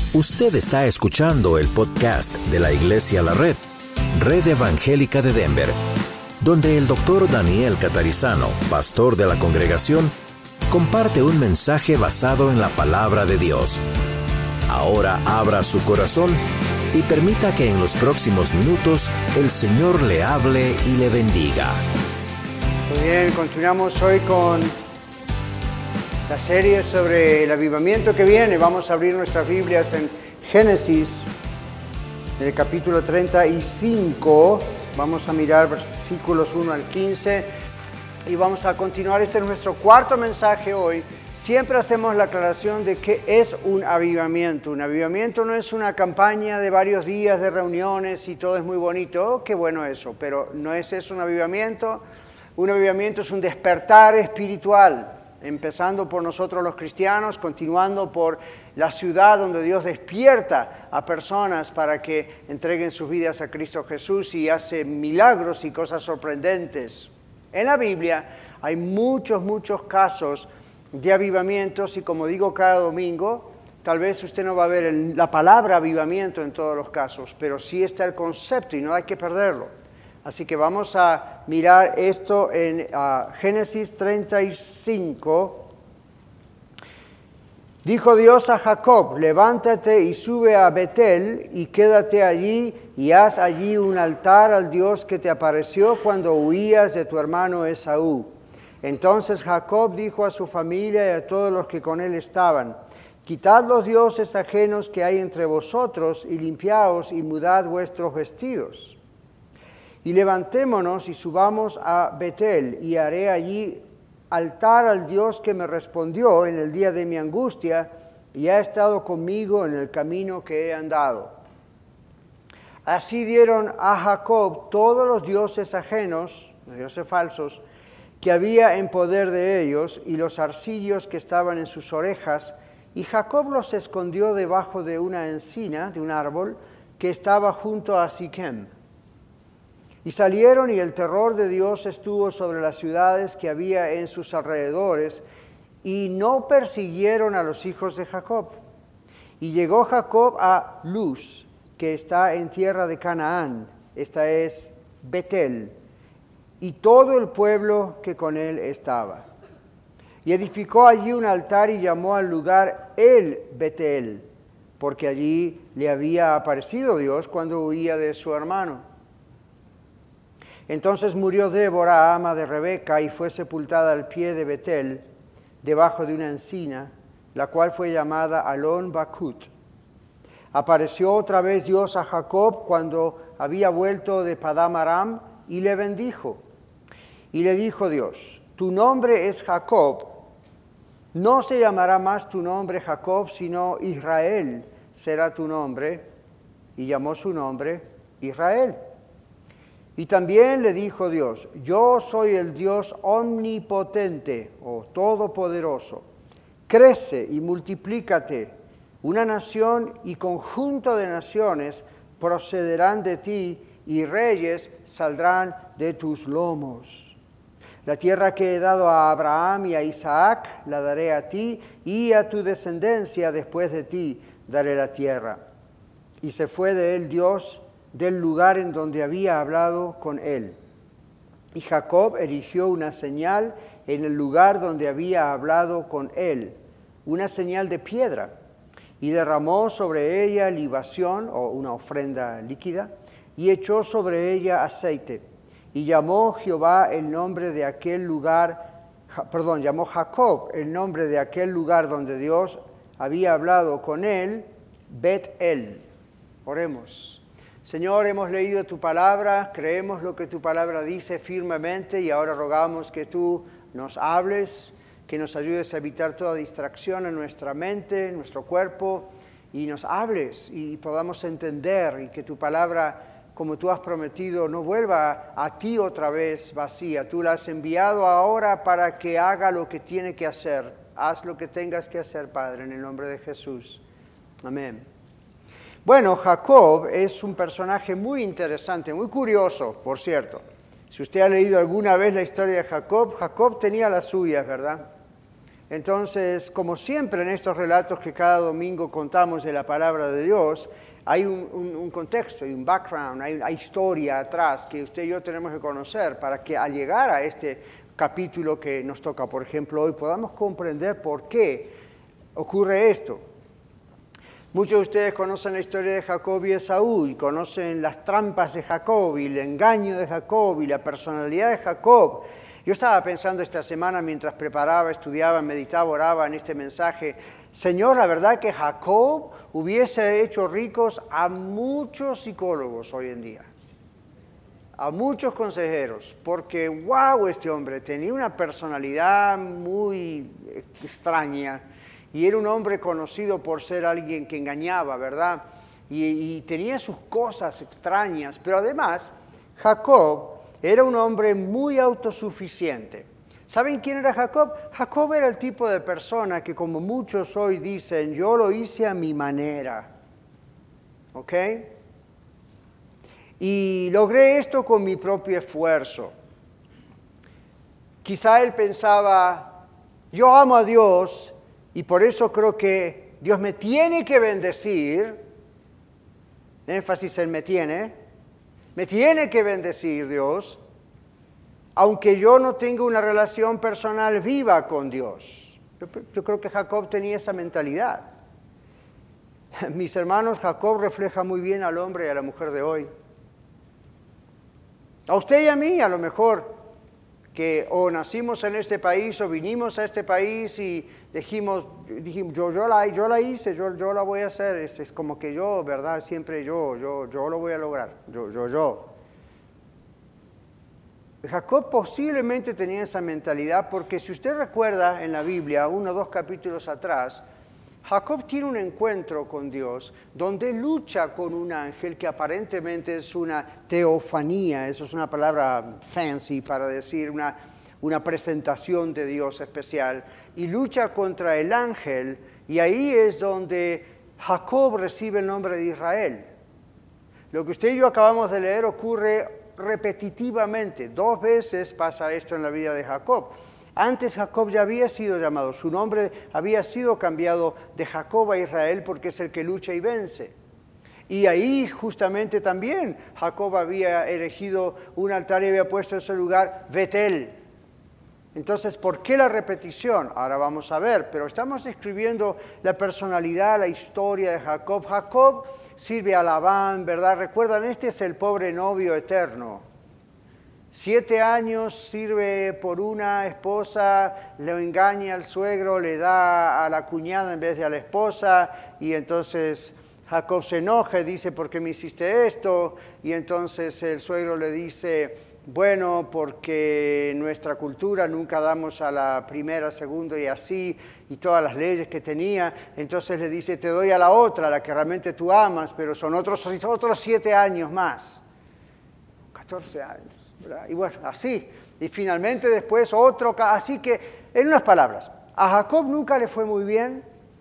Usted está escuchando el podcast de la Iglesia La Red, Red Evangélica de Denver, donde el Dr. Daniel Catarizano, pastor de la congregación, comparte un mensaje basado en la palabra de Dios. Ahora abra su corazón y permita que en los próximos minutos el Señor le hable y le bendiga. Muy bien, continuamos hoy con la serie sobre el avivamiento que viene. Vamos a abrir nuestras Biblias en Génesis, en el capítulo 35. Vamos a mirar versículos 1 al 15 y vamos a continuar. Este es nuestro cuarto mensaje hoy. Siempre hacemos la aclaración de qué es un avivamiento. Un avivamiento no es una campaña de varios días de reuniones y todo es muy bonito. Oh, qué bueno eso, pero no es eso un avivamiento. Un avivamiento es un despertar espiritual, empezando por nosotros los cristianos, continuando por la ciudad donde Dios despierta a personas para que entreguen sus vidas a Cristo Jesús y hace milagros y cosas sorprendentes. En la Biblia hay muchos casos de avivamientos y como digo cada domingo, tal vez usted no va a ver la palabra avivamiento en todos los casos, pero sí está el concepto y no hay que perderlo. Así que vamos a mirar esto en Génesis 35. Dijo Dios a Jacob: levántate y sube a Betel y quédate allí y haz allí un altar al Dios que te apareció cuando huías de tu hermano Esaú. Entonces Jacob dijo a su familia y a todos los que con él estaban: quitad los dioses ajenos que hay entre vosotros y limpiaos y mudad vuestros vestidos. Y levantémonos y subamos a Betel, y haré allí altar al Dios que me respondió en el día de mi angustia, y ha estado conmigo en el camino que he andado. Así dieron a Jacob todos los dioses ajenos, los dioses falsos, que había en poder de ellos, y los arcillos que estaban en sus orejas, y Jacob los escondió debajo de una encina, de un árbol, que estaba junto a Siquem. Y salieron, y el terror de Dios estuvo sobre las ciudades que había en sus alrededores, y no persiguieron a los hijos de Jacob. Y llegó Jacob a Luz, que está en tierra de Canaán, esta es Betel, y todo el pueblo que con él estaba. Y edificó allí un altar y llamó al lugar El Betel, porque allí le había aparecido Dios cuando huía de su hermano. Entonces murió Débora, ama de Rebeca, y fue sepultada al pie de Betel, debajo de una encina, la cual fue llamada Alon Bakut. Apareció otra vez Dios a Jacob cuando había vuelto de Padam Aram, y le bendijo. Y le dijo Dios: tu nombre es Jacob, no se llamará más tu nombre Jacob, sino Israel será tu nombre. Y llamó su nombre Israel. Y también le dijo Dios: yo soy el Dios omnipotente o todopoderoso. Crece y multiplícate. Una nación y conjunto de naciones procederán de ti, y reyes saldrán de tus lomos. La tierra que he dado a Abraham y a Isaac la daré a ti, y a tu descendencia después de ti daré la tierra. Y se fue de él Dios del lugar en donde había hablado con él. Y Jacob erigió una señal en el lugar donde había hablado con él, una señal de piedra, y derramó sobre ella libación o una ofrenda líquida, y echó sobre ella aceite. Y llamó Jehová el nombre de aquel lugar, llamó Jacob el nombre de aquel lugar donde Dios había hablado con él, Bet-El. Oremos. Señor, hemos leído tu palabra, creemos lo que tu palabra dice firmemente y ahora rogamos que tú nos hables, que nos ayudes a evitar toda distracción en nuestra mente, en nuestro cuerpo, y nos hables y podamos entender, y que tu palabra, como tú has prometido, no vuelva a ti otra vez vacía. Tú la has enviado ahora para que haga lo que tiene que hacer. Haz lo que tengas que hacer, Padre, en el nombre de Jesús. Amén. Bueno, Jacob es un personaje muy interesante, muy curioso, por cierto. Si usted ha leído alguna vez la historia de Jacob, Jacob tenía las suyas, ¿verdad? Entonces, como siempre en estos relatos que cada domingo contamos de la palabra de Dios, hay un contexto, hay un background, hay historia atrás que usted y yo tenemos que conocer para que al llegar a este capítulo que nos toca, por ejemplo, hoy, podamos comprender por qué ocurre esto. Muchos de ustedes conocen la historia de Jacob y Esaú, y conocen las trampas de Jacob, y el engaño de Jacob, y la personalidad de Jacob. Yo estaba pensando esta semana mientras preparaba, estudiaba, meditaba, oraba en este mensaje, Señor, la verdad que Jacob hubiese hecho ricos a muchos psicólogos hoy en día, a muchos consejeros, porque wow, este hombre tenía una personalidad muy extraña y era un hombre conocido por ser alguien que engañaba, ¿verdad? Y tenía sus cosas extrañas, pero además Jacob era un hombre muy autosuficiente. ¿Saben quién era Jacob? Jacob era el tipo de persona que, como muchos hoy dicen, yo lo hice a mi manera. ¿Ok? Y logré esto con mi propio esfuerzo. Quizá él pensaba, yo amo a Dios y por eso creo que Dios me tiene que bendecir. Énfasis en me tiene que bendecir Dios, aunque yo no tenga una relación personal viva con Dios. Yo creo que Jacob tenía esa mentalidad. Mis hermanos, Jacob refleja muy bien al hombre y a la mujer de hoy. A usted y a mí, a lo mejor, que o nacimos en este país o vinimos a este país y dijimos yo la hice, yo la voy a hacer, es como que yo, ¿verdad? Siempre yo lo voy a lograr, yo. Jacob posiblemente tenía esa mentalidad porque si usted recuerda en la Biblia, 1 o 2 capítulos atrás, Jacob tiene un encuentro con Dios donde lucha con un ángel que aparentemente es una teofanía, eso es una palabra fancy para decir una presentación de Dios especial, y lucha contra el ángel, y ahí es donde Jacob recibe el nombre de Israel. Lo que usted y yo acabamos de leer ocurre repetitivamente, 2 veces pasa esto en la vida de Jacob. Antes Jacob ya había sido llamado, su nombre había sido cambiado de Jacob a Israel porque es el que lucha y vence. Y ahí justamente también Jacob había erigido un altar y había puesto en su lugar Betel. Entonces, ¿por qué la repetición? Ahora vamos a ver, pero estamos describiendo la personalidad, la historia de Jacob. Jacob sirve a Labán, ¿verdad? Recuerdan, este es el pobre novio eterno. 7 años sirve por una esposa, lo engaña al suegro, le da a la cuñada en vez de a la esposa, y entonces Jacob se enoja y dice, ¿por qué me hiciste esto? Y entonces el suegro le dice, bueno, porque en nuestra cultura nunca damos a la primera, segunda y así, y todas las leyes que tenía. Entonces le dice, te doy a la otra, la que realmente tú amas, pero son otros 7 años más. 14 años. ¿Verdad? Y bueno, así, y finalmente después otro, así que, en unas palabras, a Jacob nunca le fue muy bien,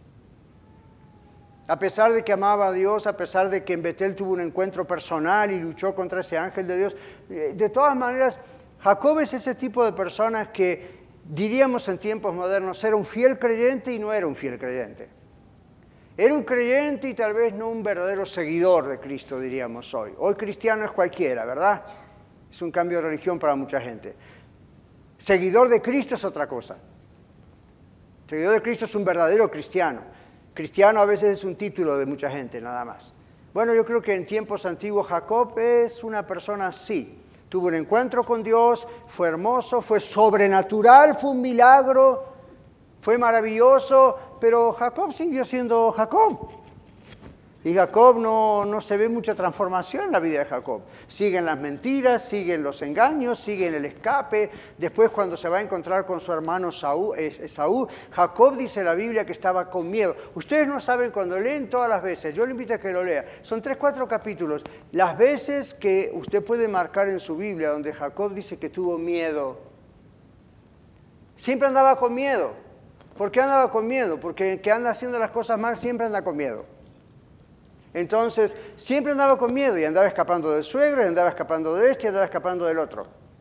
a pesar de que amaba a Dios, a pesar de que en Betel tuvo un encuentro personal y luchó contra ese ángel de Dios. De todas maneras, Jacob es ese tipo de personas que, diríamos en tiempos modernos, era un fiel creyente y no era un fiel creyente. Era un creyente y tal vez no un verdadero seguidor de Cristo, diríamos hoy. Hoy cristiano es cualquiera, ¿verdad? Es un cambio de religión para mucha gente. Seguidor de Cristo es otra cosa. Seguidor de Cristo es un verdadero cristiano. Cristiano a veces es un título de mucha gente, nada más. Bueno, yo creo que en tiempos antiguos Jacob es una persona así. Tuvo un encuentro con Dios, fue hermoso, fue sobrenatural, fue un milagro, fue maravilloso, pero Jacob siguió siendo Jacob. Y Jacob no se ve mucha transformación en la vida de Jacob. Siguen las mentiras, siguen los engaños, siguen el escape. Después cuando se va a encontrar con su hermano Esaú, Jacob dice en la Biblia que estaba con miedo. Ustedes no saben, cuando leen todas las veces, yo le invito a que lo lea, son 3, 4 capítulos, las veces que usted puede marcar en su Biblia donde Jacob dice que tuvo miedo. Siempre andaba con miedo. ¿Por qué andaba con miedo? Porque el que anda haciendo las cosas mal siempre anda con miedo. Entonces, siempre andaba con miedo y andaba escapando del suegro, y andaba escapando de este, y andaba escapando del otro.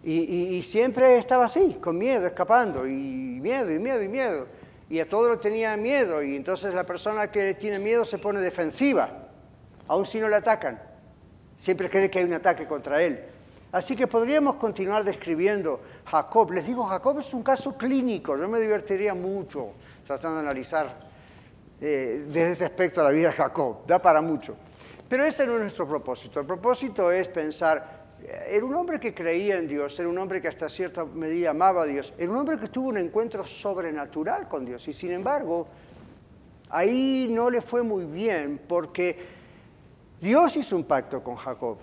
Y siempre estaba así, con miedo, escapando, y miedo, y miedo, y miedo. Y a todo le tenía miedo, y entonces la persona que tiene miedo se pone defensiva, aun si no le atacan. Siempre cree que hay un ataque contra él. Así que podríamos continuar describiendo Jacob. Les digo, Jacob es un caso clínico. Yo me divertiría mucho tratando de analizar desde ese aspecto la vida de Jacob. Da para mucho. Pero ese no es nuestro propósito. El propósito es pensar, era un hombre que creía en Dios, era un hombre que hasta cierta medida amaba a Dios, era un hombre que tuvo un encuentro sobrenatural con Dios. Y sin embargo, ahí no le fue muy bien porque Dios hizo un pacto con Jacob.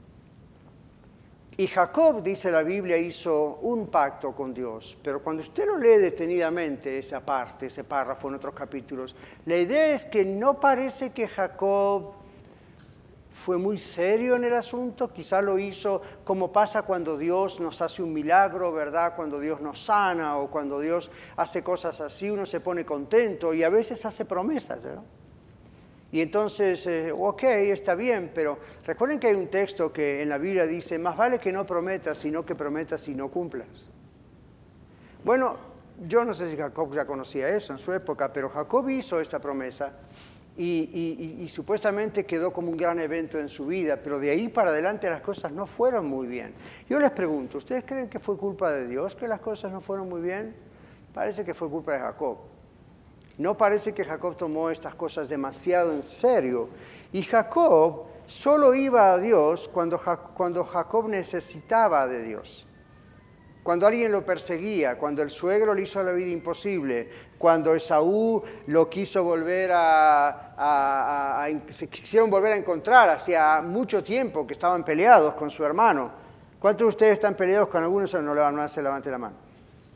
Y Jacob, dice la Biblia, hizo un pacto con Dios. Pero cuando usted lo lee detenidamente, esa parte, ese párrafo en otros capítulos, la idea es que no parece que Jacob fue muy serio en el asunto. Quizá lo hizo como pasa cuando Dios nos hace un milagro, ¿verdad? Cuando Dios nos sana o cuando Dios hace cosas así, uno se pone contento y a veces hace promesas, ¿verdad? Y entonces, ok, está bien, pero recuerden que hay un texto que en la Biblia dice, más vale que no prometas, sino que prometas y no cumplas. Bueno, yo no sé si Jacob ya conocía eso en su época, pero Jacob hizo esta promesa y supuestamente quedó como un gran evento en su vida, pero de ahí para adelante las cosas no fueron muy bien. Yo les pregunto, ¿ustedes creen que fue culpa de Dios que las cosas no fueron muy bien? Parece que fue culpa de Jacob. No parece que Jacob tomó estas cosas demasiado en serio. Y Jacob solo iba a Dios cuando Jacob necesitaba de Dios. Cuando alguien lo perseguía, cuando el suegro le hizo la vida imposible, cuando Esaú lo quiso volver se quisieron volver a encontrar hacía mucho tiempo que estaban peleados con su hermano. ¿Cuántos de ustedes están peleados con algunos? No se levante la mano.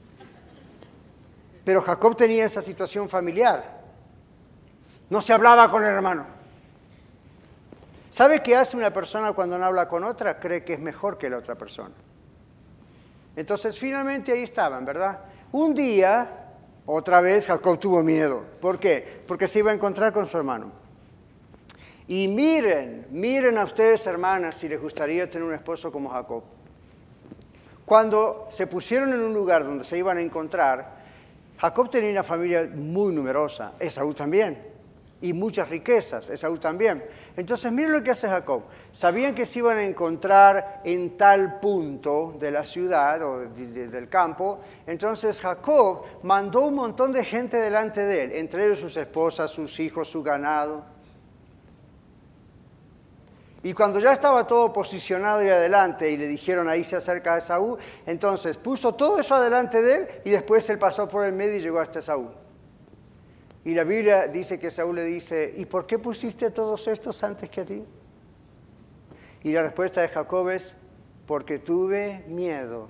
Pero Jacob tenía esa situación familiar. No se hablaba con el hermano. ¿Sabe qué hace una persona cuando no habla con otra? Cree que es mejor que la otra persona. Entonces, finalmente ahí estaban, ¿verdad? Un día, otra vez, Jacob tuvo miedo. ¿Por qué? Porque se iba a encontrar con su hermano. Y miren a ustedes, hermanas, si les gustaría tener un esposo como Jacob. Cuando se pusieron en un lugar donde se iban a encontrar, Jacob tenía una familia muy numerosa, Esaú también, y muchas riquezas, Esaú también. Entonces, miren lo que hace Jacob. Sabían que se iban a encontrar en tal punto de la ciudad o del campo. Entonces, Jacob mandó un montón de gente delante de él, entre ellos sus esposas, sus hijos, su ganado. Y cuando ya estaba todo posicionado y adelante y le dijeron ahí se acerca a Esaú, entonces puso todo eso adelante de él y después él pasó por el medio y llegó hasta Esaú. Y la Biblia dice que Esaú le dice, ¿y por qué pusiste a todos estos antes que a ti? Y la respuesta de Jacob es, porque tuve miedo.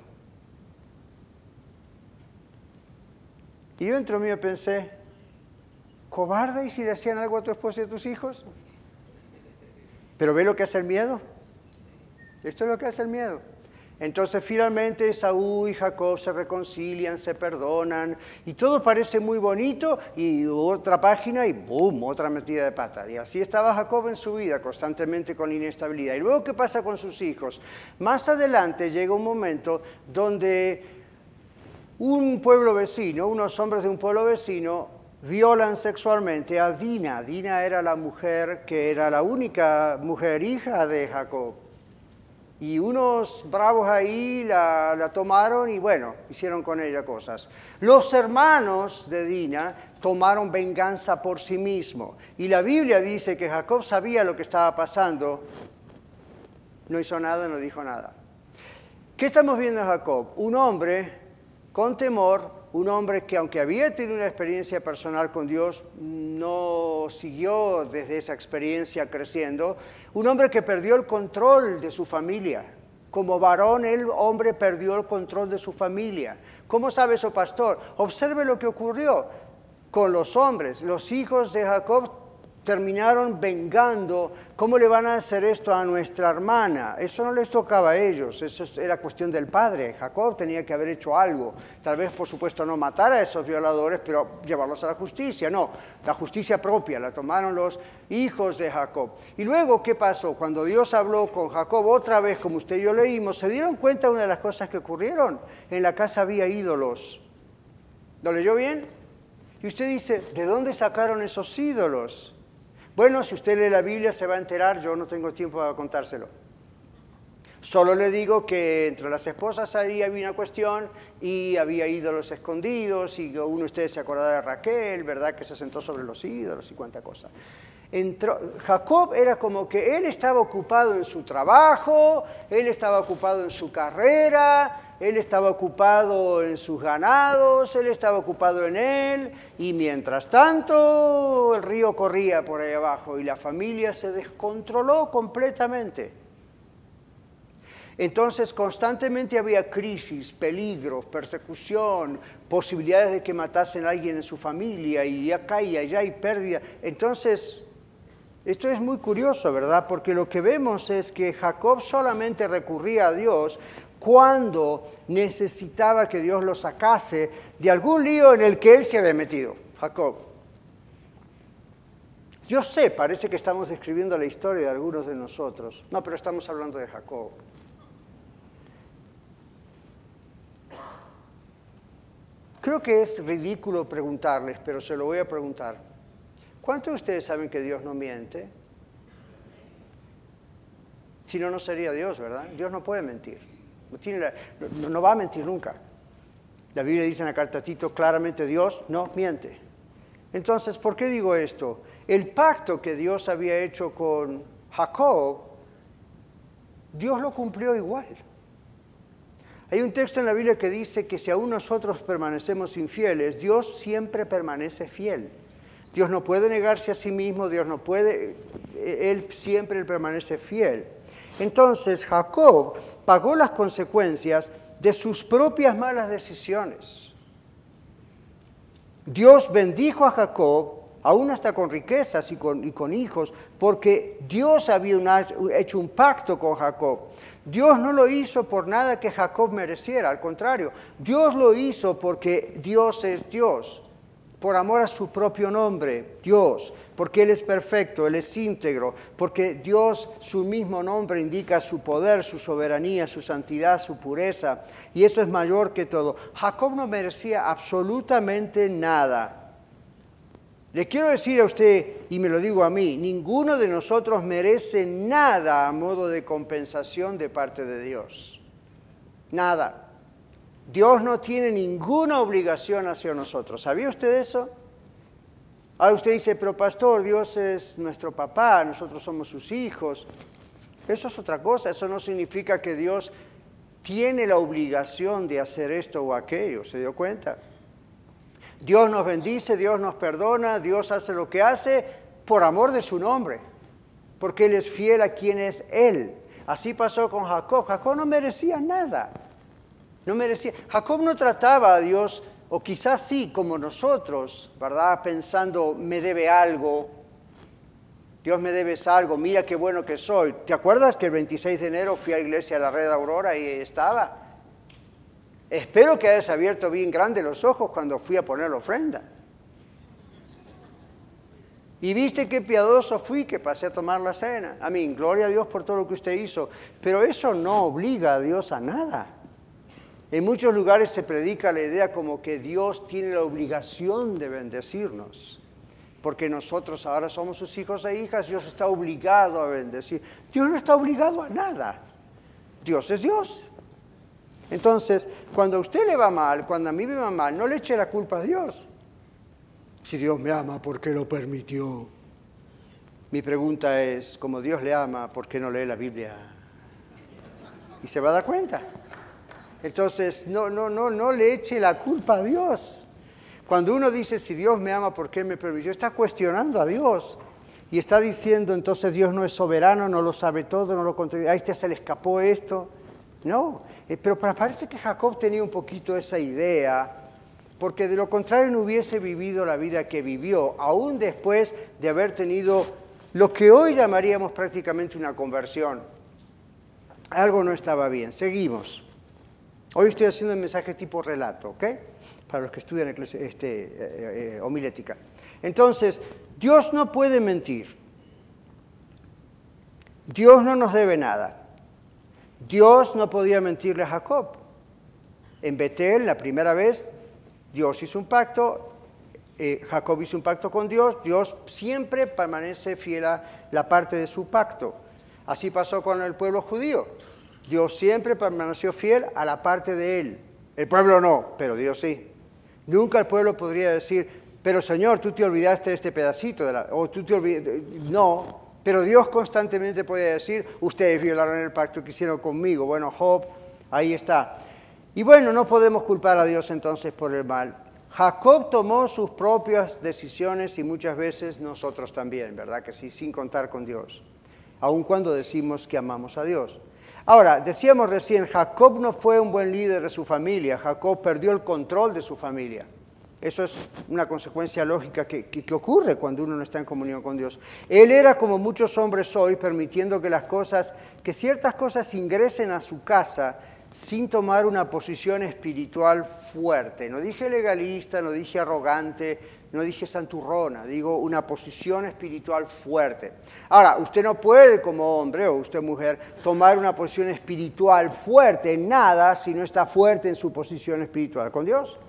Y yo dentro mío pensé, ¿cobarde y si le hacían algo a tu esposa y a tus hijos? Pero ¿ve lo que hace el miedo? Esto es lo que hace el miedo. Entonces finalmente Esaú y Jacob se reconcilian, se perdonan y todo parece muy bonito y otra página y ¡boom! Otra metida de pata. Y así estaba Jacob en su vida, constantemente con inestabilidad. Y luego, ¿qué pasa con sus hijos? Más adelante llega un momento donde un pueblo vecino, unos hombres de un pueblo vecino, violan sexualmente a Dina. Dina era la mujer que era la única mujer hija de Jacob. Y unos bravos ahí la tomaron y bueno, hicieron con ella cosas. Los hermanos de Dina tomaron venganza por sí mismos. Y la Biblia dice que Jacob sabía lo que estaba pasando. No hizo nada, no dijo nada. ¿Qué estamos viendo en Jacob? Un hombre con temor, un hombre que aunque había tenido una experiencia personal con Dios, no siguió desde esa experiencia creciendo. Un hombre que perdió el control de su familia. Como varón, el hombre perdió el control de su familia. ¿Cómo sabe eso, pastor? Observe lo que ocurrió con los hombres. Los hijos de Jacob terminaron vengando. ¿Cómo le van a hacer esto a nuestra hermana? Eso no les tocaba a ellos, eso era cuestión del padre. Jacob tenía que haber hecho algo. Tal vez, por supuesto, no matar a esos violadores, pero llevarlos a la justicia. No, la justicia propia la tomaron los hijos de Jacob. Y luego, ¿qué pasó? Cuando Dios habló con Jacob otra vez, como usted y yo leímos, ¿se dieron cuenta de una de las cosas que ocurrieron? En la casa había ídolos. ¿Lo leyó bien? Y usted dice, ¿de dónde sacaron esos ídolos? Bueno, si usted lee la Biblia se va a enterar, yo no tengo tiempo para contárselo. Solo le digo que entre las esposas ahí había una cuestión y había ídolos escondidos y uno de ustedes se acordará de Raquel, ¿verdad? Que se sentó sobre los ídolos y cuánta cosa. Jacob era como que él estaba ocupado en su trabajo, él estaba ocupado en su carrera, él estaba ocupado en sus ganados, él estaba ocupado en él, y mientras tanto el río corría por ahí abajo y la familia se descontroló completamente. Entonces constantemente había crisis, peligros, persecución, posibilidades de que matasen a alguien en su familia, y acá y allá hay pérdida. Entonces, esto es muy curioso, ¿verdad? Porque lo que vemos es que Jacob solamente recurría a Dios cuando necesitaba que Dios lo sacase de algún lío en el que él se había metido, Jacob. Yo sé, parece que estamos describiendo la historia de algunos de nosotros. No, pero estamos hablando de Jacob. Creo que es ridículo preguntarles, pero se lo voy a preguntar. ¿Cuántos de ustedes saben que Dios no miente? Si no, no sería Dios, ¿verdad? Dios no puede mentir. No va a mentir nunca. La Biblia dice en la carta a Tito claramente, Dios no miente. Entonces, ¿por qué digo esto? El pacto que Dios había hecho con Jacob, Dios lo cumplió igual. Hay un texto en la Biblia que dice que si aún nosotros permanecemos infieles, Dios siempre permanece fiel. Dios no puede negarse a sí mismo, Dios no puede, Él siempre permanece fiel. Entonces Jacob pagó las consecuencias de sus propias malas decisiones. Dios bendijo a Jacob, aún hasta con riquezas y con hijos, porque Dios había hecho un pacto con Jacob. Dios no lo hizo por nada que Jacob mereciera, al contrario, Dios lo hizo porque Dios es Dios. Por amor a su propio nombre, Dios, porque Él es perfecto, Él es íntegro, porque Dios, su mismo nombre indica su poder, su soberanía, su santidad, su pureza, y eso es mayor que todo. Jacob no merecía absolutamente nada. Le quiero decir a usted, y me lo digo a mí, ninguno de nosotros merece nada a modo de compensación de parte de Dios. Nada. Dios no tiene ninguna obligación hacia nosotros. ¿Sabía usted eso? Ahora usted dice, pero pastor, Dios es nuestro papá, nosotros somos sus hijos. Eso es otra cosa, eso no significa que Dios tiene la obligación de hacer esto o aquello, ¿se dio cuenta? Dios nos bendice, Dios nos perdona, Dios hace lo que hace por amor de su nombre, porque Él es fiel a quien es Él. Así pasó con Jacob. Jacob no merecía nada. No merecía. Jacob no trataba a Dios, o quizás sí, como nosotros, ¿verdad? Pensando, me debe algo, Dios me debes algo, mira qué bueno que soy. ¿Te acuerdas que el 26 de enero fui a Iglesia a la Red Aurora y estaba? Espero que hayas abierto bien grande los ojos cuando fui a poner la ofrenda. Y viste qué piadoso fui que pasé a tomar la cena. Amén, gloria a Dios por todo lo que usted hizo. Pero eso no obliga a Dios a nada. En muchos lugares se predica la idea como que Dios tiene la obligación de bendecirnos, porque nosotros ahora somos sus hijos e hijas, Dios está obligado a bendecir. Dios no está obligado a nada. Dios es Dios. Entonces, cuando a usted le va mal, cuando a mí me va mal, no le eche la culpa a Dios. Si Dios me ama, ¿por qué lo permitió? Mi pregunta es, como Dios le ama, ¿por qué no lee la Biblia? Y se va a dar cuenta. Entonces, no le eche la culpa a Dios. Cuando uno dice, si Dios me ama, ¿por qué me permitió? Está cuestionando a Dios y está diciendo, entonces Dios no es soberano, no lo sabe todo, no lo controla. A este se le escapó esto. No, pero parece que Jacob tenía un poquito esa idea porque de lo contrario no hubiese vivido la vida que vivió, aún después de haber tenido lo que hoy llamaríamos prácticamente una conversión. Algo no estaba bien. Seguimos. Hoy estoy haciendo un mensaje tipo relato, ¿ok? Para los que estudian homilética. Entonces, Dios no puede mentir. Dios no nos debe nada. Dios no podía mentirle a Jacob. En Betel, la primera vez, Dios hizo un pacto, Jacob hizo un pacto con Dios, Dios siempre permanece fiel a la parte de su pacto. Así pasó con el pueblo judío. Dios siempre permaneció fiel a la parte de él. El pueblo no, pero Dios sí. Nunca el pueblo podría decir, pero Señor, tú te olvidaste de este pedacito, o tú te olvidaste. No, pero Dios constantemente puede decir, ustedes violaron el pacto que hicieron conmigo. Bueno, Job, ahí está. Y bueno, no podemos culpar a Dios entonces por el mal. Jacob tomó sus propias decisiones y muchas veces nosotros también, ¿verdad? Que sí, sin contar con Dios, aun cuando decimos que amamos a Dios. Ahora, decíamos recién, Jacob no fue un buen líder de su familia, Jacob perdió el control de su familia. Eso es una consecuencia lógica que ocurre cuando uno no está en comunión con Dios. Él era como muchos hombres hoy, permitiendo que ciertas cosas ingresen a su casa sin tomar una posición espiritual fuerte. No dije legalista, no dije arrogante, no dije santurrona, digo una posición espiritual fuerte. Ahora, usted no puede como hombre o usted mujer tomar una posición espiritual fuerte en nada si no está fuerte en su posición espiritual con Dios.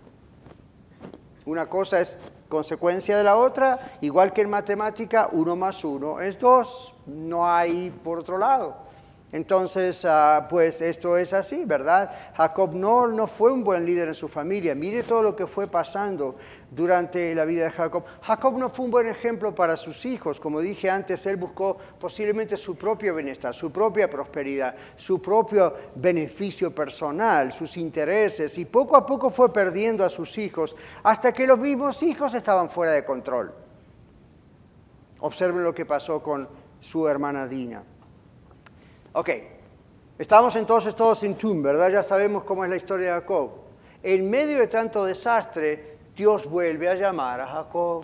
Una cosa es consecuencia de la otra, igual que en matemática, 1 más 1 es 2, no hay por otro lado. Entonces, pues esto es así, ¿verdad? Jacob no fue un buen líder en su familia. Mire todo lo que fue pasando durante la vida de Jacob. Jacob no fue un buen ejemplo para sus hijos. Como dije antes, él buscó posiblemente su propio bienestar, su propia prosperidad, su propio beneficio personal, sus intereses, y poco a poco fue perdiendo a sus hijos hasta que los mismos hijos estaban fuera de control. Observen lo que pasó con su hermana Dina. Ok, estamos entonces todos en tune, ¿verdad? Ya sabemos cómo es la historia de Jacob. En medio de tanto desastre, Dios vuelve a llamar a Jacob.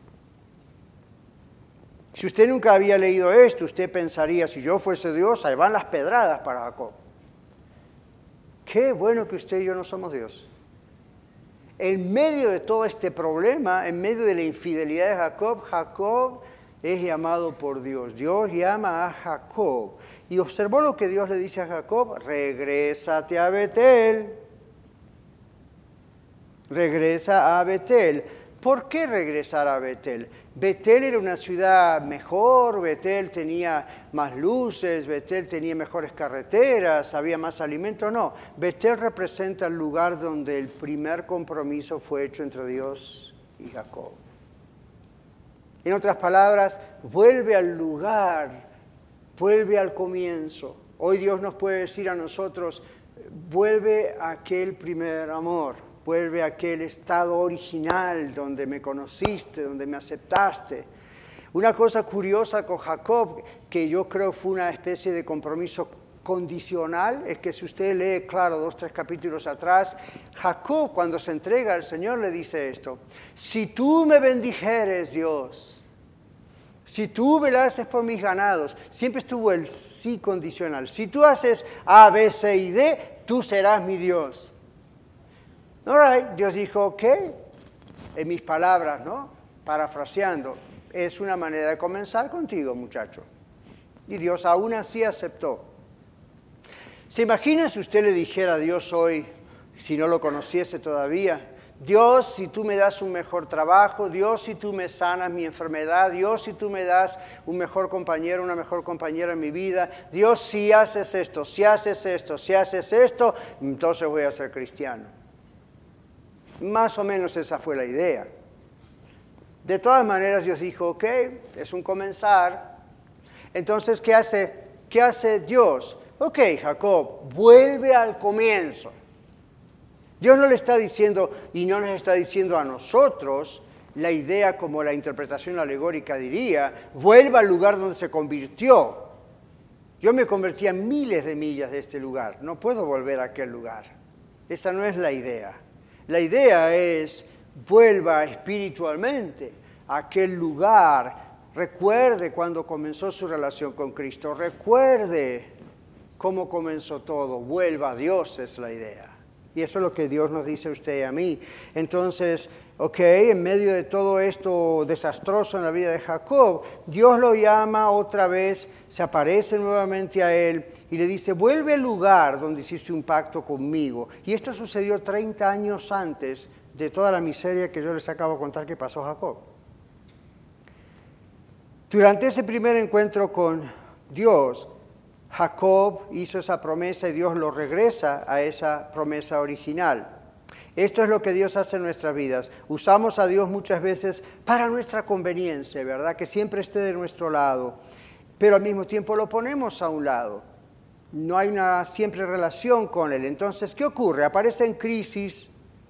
Si usted nunca había leído esto, usted pensaría, si yo fuese Dios, ahí van las pedradas para Jacob. Qué bueno que usted y yo no somos Dios. En medio de todo este problema, en medio de la infidelidad de Jacob, Jacob es llamado por Dios. Dios llama a Jacob. Y observó lo que Dios le dice a Jacob: regrésate a Betel. Regresa a Betel. ¿Por qué regresar a Betel? Betel era una ciudad mejor, Betel tenía más luces, Betel tenía mejores carreteras, había más alimento. No, Betel representa el lugar donde el primer compromiso fue hecho entre Dios y Jacob. En otras palabras, vuelve al lugar, vuelve al comienzo. Hoy Dios nos puede decir a nosotros, vuelve a aquel primer amor, vuelve a aquel estado original donde me conociste, donde me aceptaste. Una cosa curiosa con Jacob, que yo creo fue una especie de compromiso condicional, es que si usted lee, claro, 2 o 3 capítulos atrás, Jacob cuando se entrega al Señor le dice esto: si tú me bendijeres, Dios, si tú velases por mis ganados, siempre estuvo el sí condicional. Si tú haces A, B, C y D, tú serás mi Dios. All right, Dios dijo, ok, en mis palabras, ¿no? Parafraseando, es una manera de comenzar contigo, muchacho. Y Dios aún así aceptó. ¿Se imagina si usted le dijera a Dios hoy, si no lo conociese todavía: Dios, si tú me das un mejor trabajo, Dios, si tú me sanas mi enfermedad, Dios, si tú me das un mejor compañero, una mejor compañera en mi vida, Dios, si haces esto, si haces esto, si haces esto, entonces voy a ser cristiano? Más o menos esa fue la idea. De todas maneras, Dios dijo, ok, es un comenzar. Entonces, ¿qué hace Dios? Ok, Jacob, vuelve al comienzo. Dios no le está diciendo, y no nos está diciendo a nosotros, la idea como la interpretación alegórica diría, vuelva al lugar donde se convirtió. Yo me convertí a miles de millas de este lugar, no puedo volver a aquel lugar. Esa no es la idea. La idea es, vuelva espiritualmente a aquel lugar. Recuerde cuando comenzó su relación con Cristo. Recuerde cómo comenzó todo. Vuelva a Dios es la idea. Y eso es lo que Dios nos dice a usted y a mí. Entonces, en medio de todo esto desastroso en la vida de Jacob, Dios lo llama otra vez, se aparece nuevamente a él y le dice, vuelve al lugar donde hiciste un pacto conmigo. Y esto sucedió 30 años antes de toda la miseria que yo les acabo de contar que pasó a Jacob. Durante ese primer encuentro con Dios, Jacob hizo esa promesa y Dios lo regresa a esa promesa original. Esto es lo que Dios hace en nuestras vidas. Usamos a Dios muchas veces para nuestra conveniencia, ¿verdad? Que siempre esté de nuestro lado, pero al mismo tiempo lo ponemos a un lado. No hay una siempre relación con Él. Entonces, ¿qué ocurre? Aparece en crisis.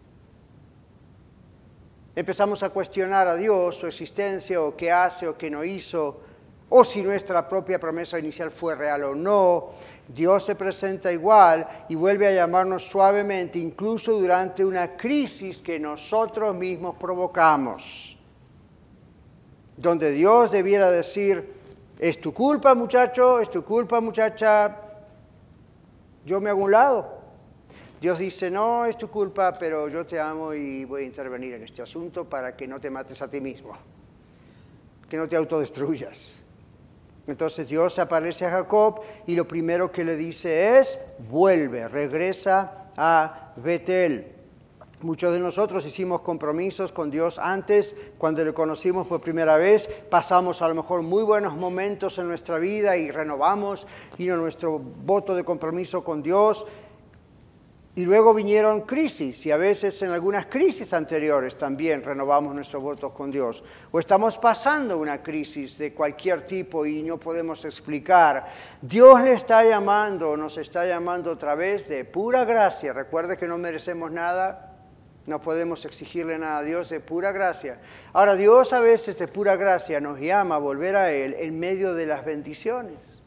Empezamos a cuestionar a Dios, su existencia, o qué hace o qué no hizo, o si nuestra propia promesa inicial fue real o no. Dios se presenta igual y vuelve a llamarnos suavemente, incluso durante una crisis que nosotros mismos provocamos, donde Dios debiera decir, es tu culpa, muchacho, es tu culpa, muchacha, yo me hago un lado. Dios dice, no, es tu culpa, pero yo te amo y voy a intervenir en este asunto para que no te mates a ti mismo, que no te autodestruyas. Entonces Dios aparece a Jacob y lo primero que le dice es, vuelve, regresa a Betel. Muchos de nosotros hicimos compromisos con Dios antes, cuando le conocimos por primera vez, pasamos a lo mejor muy buenos momentos en nuestra vida y renovamos nuestro voto de compromiso con Dios. Y luego vinieron crisis, y a veces en algunas crisis anteriores también renovamos nuestros votos con Dios. O estamos pasando una crisis de cualquier tipo y no podemos explicar. Dios le está llamando, nos está llamando otra vez de pura gracia. Recuerde que no merecemos nada, no podemos exigirle nada a Dios, de pura gracia. Ahora, Dios a veces de pura gracia nos llama a volver a Él en medio de las bendiciones.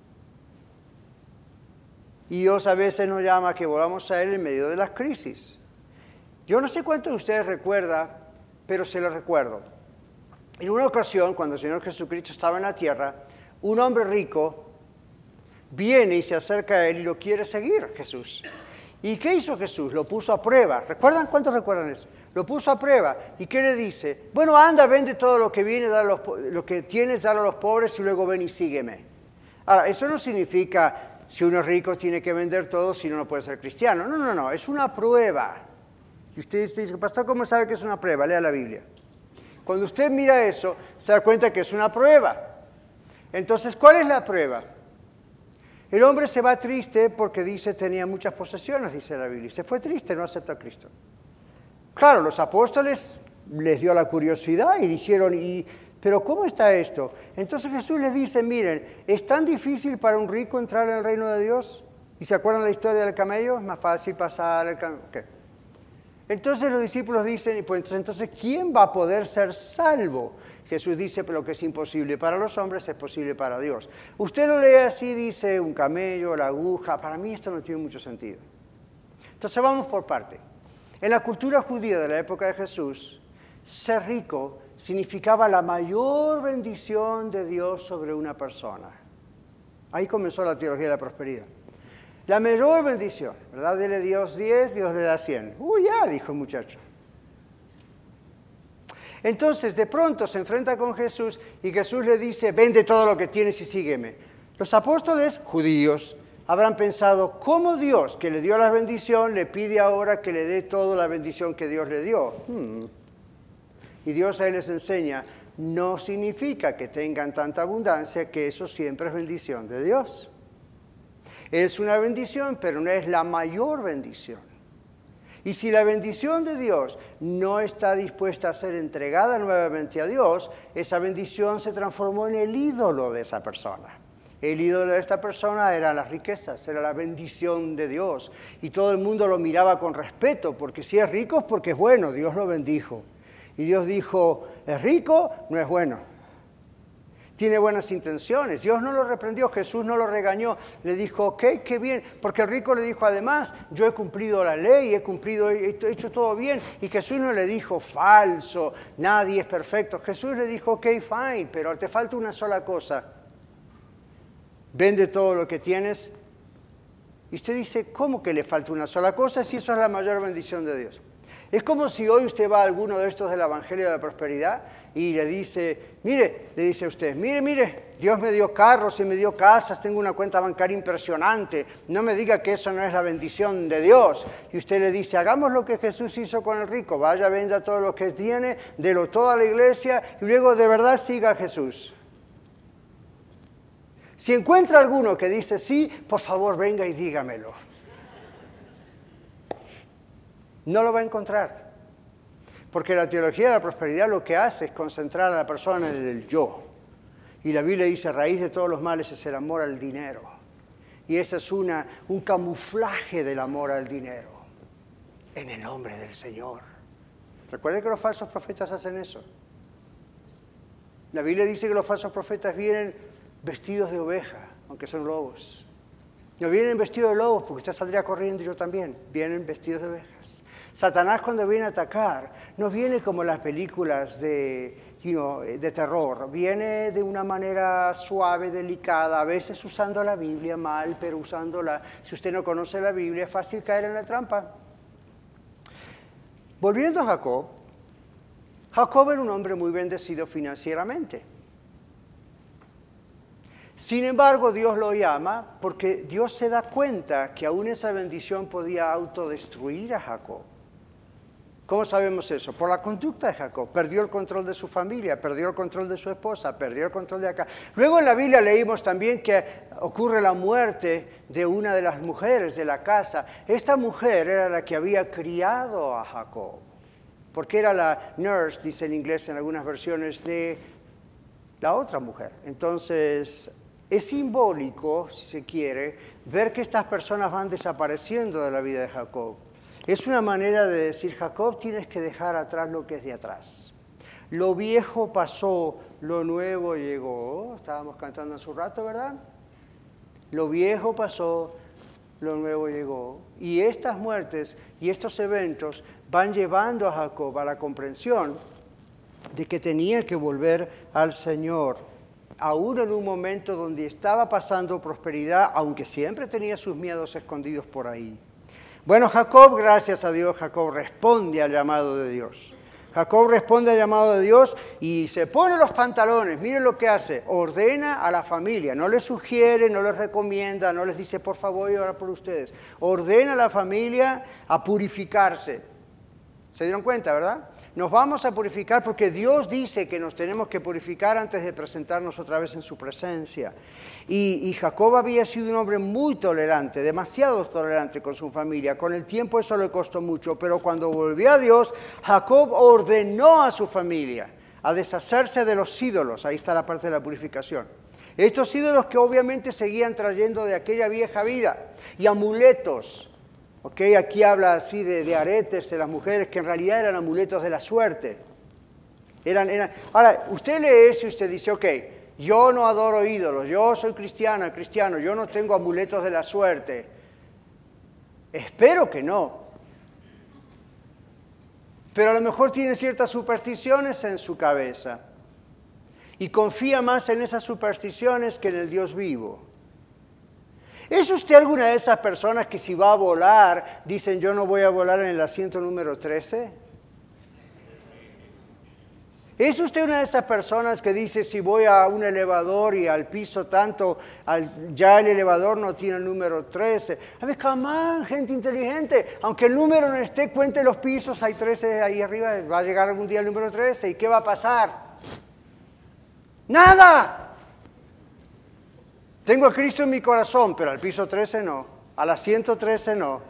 Y Dios a veces nos llama a que volvamos a Él en medio de las crisis. Yo no sé cuántos de ustedes recuerdan, pero se lo recuerdo. En una ocasión, cuando el Señor Jesucristo estaba en la tierra, un hombre rico viene y se acerca a Él y lo quiere seguir, Jesús. ¿Y qué hizo Jesús? Lo puso a prueba. ¿Recuerdan? ¿Cuántos recuerdan eso? Lo puso a prueba. ¿Y qué le dice? Bueno, anda, vende todo lo que viene, lo que tienes, dale a los pobres y luego ven y sígueme. Ahora, eso no significa... Si uno es rico tiene que vender todo, si no, no puede ser cristiano. No, es una prueba. Y usted dice, pastor, ¿cómo sabe que es una prueba? Lea la Biblia. Cuando usted mira eso, se da cuenta que es una prueba. Entonces, ¿cuál es la prueba? El hombre se va triste porque dice tenía muchas posesiones, dice la Biblia. Se fue triste, no aceptó a Cristo. Claro, los apóstoles les dio la curiosidad y dijeron, ¿pero cómo está esto? Entonces Jesús les dice, miren, ¿es tan difícil para un rico entrar en el reino de Dios? ¿Y se acuerdan la historia del camello? Es más fácil pasar el camello. Okay. Entonces los discípulos dicen, pues entonces, ¿quién va a poder ser salvo? Jesús dice, pero lo que es imposible para los hombres es posible para Dios. Usted lo lee así, dice, un camello, la aguja. Para mí esto no tiene mucho sentido. Entonces vamos por parte. En la cultura judía de la época de Jesús, ser rico significaba la mayor bendición de Dios sobre una persona. Ahí comenzó la teología de la prosperidad. La mayor bendición, ¿verdad? Dele Dios 10, Dios le da 100. Ya, dijo el muchacho. Entonces, de pronto se enfrenta con Jesús y Jesús le dice, vende todo lo que tienes y sígueme. Los apóstoles judíos habrán pensado, ¿cómo Dios, que le dio la bendición, le pide ahora que le dé toda la bendición que Dios le dio? Y Dios ahí les enseña, no significa que tengan tanta abundancia, que eso siempre es bendición de Dios. Es una bendición, pero no es la mayor bendición. Y si la bendición de Dios no está dispuesta a ser entregada nuevamente a Dios, esa bendición se transformó en el ídolo de esa persona. El ídolo de esta persona eran las riquezas, era la bendición de Dios. Y todo el mundo lo miraba con respeto, porque si es rico es porque es bueno, Dios lo bendijo. Y Dios dijo, es rico, no es bueno. tiene buenas intenciones. Dios no lo reprendió, Jesús no lo regañó. Le dijo, ok, qué bien. Porque el rico le dijo, además, yo he cumplido la ley, he hecho todo bien. Y Jesús no le dijo, falso, nadie es perfecto. Jesús le dijo, ok, fine, pero te falta una sola cosa. Vende todo lo que tienes. Y usted dice, ¿cómo que le falta una sola cosa si eso es la mayor bendición de Dios? Es como si hoy usted va a alguno de estos del Evangelio de la Prosperidad y le dice a usted, mire, Dios me dio carros y me dio casas, tengo una cuenta bancaria impresionante, no me diga que eso no es la bendición de Dios. Y usted le dice, hagamos lo que Jesús hizo con el rico, vaya, venda todo lo que tiene, délo todo a la iglesia y luego de verdad siga a Jesús. Si encuentra alguno que dice sí, por favor venga y dígamelo. No lo va a encontrar. Porque la teología de la prosperidad lo que hace es concentrar a la persona en el yo. Y la Biblia dice, raíz de todos los males es el amor al dinero. Y ese es un camuflaje del amor al dinero. En el nombre del Señor. Recuerden que los falsos profetas hacen eso. La Biblia dice que los falsos profetas vienen vestidos de oveja, aunque son lobos. No vienen vestidos de lobos porque usted saldría corriendo y yo también. Vienen vestidos de ovejas. Satanás cuando viene a atacar no viene como las películas de terror. Viene de una manera suave, delicada, a veces usando la Biblia mal, pero usándola. Si usted no conoce la Biblia es fácil caer en la trampa. Volviendo a Jacob, Jacob era un hombre muy bendecido financieramente. Sin embargo, Dios lo llama porque Dios se da cuenta que aún esa bendición podía autodestruir a Jacob. ¿Cómo sabemos eso? Por la conducta de Jacob. Perdió el control de su familia, perdió el control de su esposa, perdió el control de acá. Luego en la Biblia leímos también que ocurre la muerte de una de las mujeres de la casa. Esta mujer era la que había criado a Jacob, porque era la nurse, dice en inglés en algunas versiones, de la otra mujer. Entonces, es simbólico, si se quiere, ver que estas personas van desapareciendo de la vida de Jacob. Es una manera de decir, Jacob, tienes que dejar atrás lo que es de atrás. Lo viejo pasó, lo nuevo llegó. Estábamos cantando hace un rato, ¿verdad? Lo viejo pasó, lo nuevo llegó. Y estas muertes y estos eventos van llevando a Jacob a la comprensión de que tenía que volver al Señor. Aún en un momento donde estaba pasando prosperidad, aunque siempre tenía sus miedos escondidos por ahí. Bueno, Jacob, gracias a Dios, Jacob responde al llamado de Dios. Jacob responde al llamado de Dios y se pone los pantalones. Miren lo que hace, ordena a la familia. No les sugiere, no les recomienda, no les dice, por favor, voy a orar por ustedes. Ordena a la familia a purificarse. ¿Se dieron cuenta, verdad? Nos vamos a purificar porque Dios dice que nos tenemos que purificar antes de presentarnos otra vez en su presencia. Y Jacob había sido un hombre muy tolerante, demasiado tolerante con su familia. Con el tiempo eso le costó mucho, pero cuando volvió a Dios, Jacob ordenó a su familia a deshacerse de los ídolos. Ahí está la parte de la purificación. Estos ídolos que obviamente seguían trayendo de aquella vieja vida y amuletos. Okay, aquí habla así de aretes de las mujeres que en realidad eran amuletos de la suerte. Ahora, usted lee eso y usted dice, ok, yo no adoro ídolos, yo soy cristiano, yo no tengo amuletos de la suerte. Espero que no. Pero a lo mejor tiene ciertas supersticiones en su cabeza y confía más en esas supersticiones que en el Dios vivo. ¿Es usted alguna de esas personas que si va a volar, dicen yo no voy a volar en el asiento número 13? ¿Es usted una de esas personas que dice si voy a un elevador y al piso tanto, ya el elevador no tiene el número 13? A ver, come on, gente inteligente, aunque el número no esté, cuente los pisos, hay 13 ahí arriba, va a llegar algún día el número 13, ¿y qué va a pasar? ¡Nada! Tengo a Cristo en mi corazón, pero al piso 13 no, al asiento 13 no.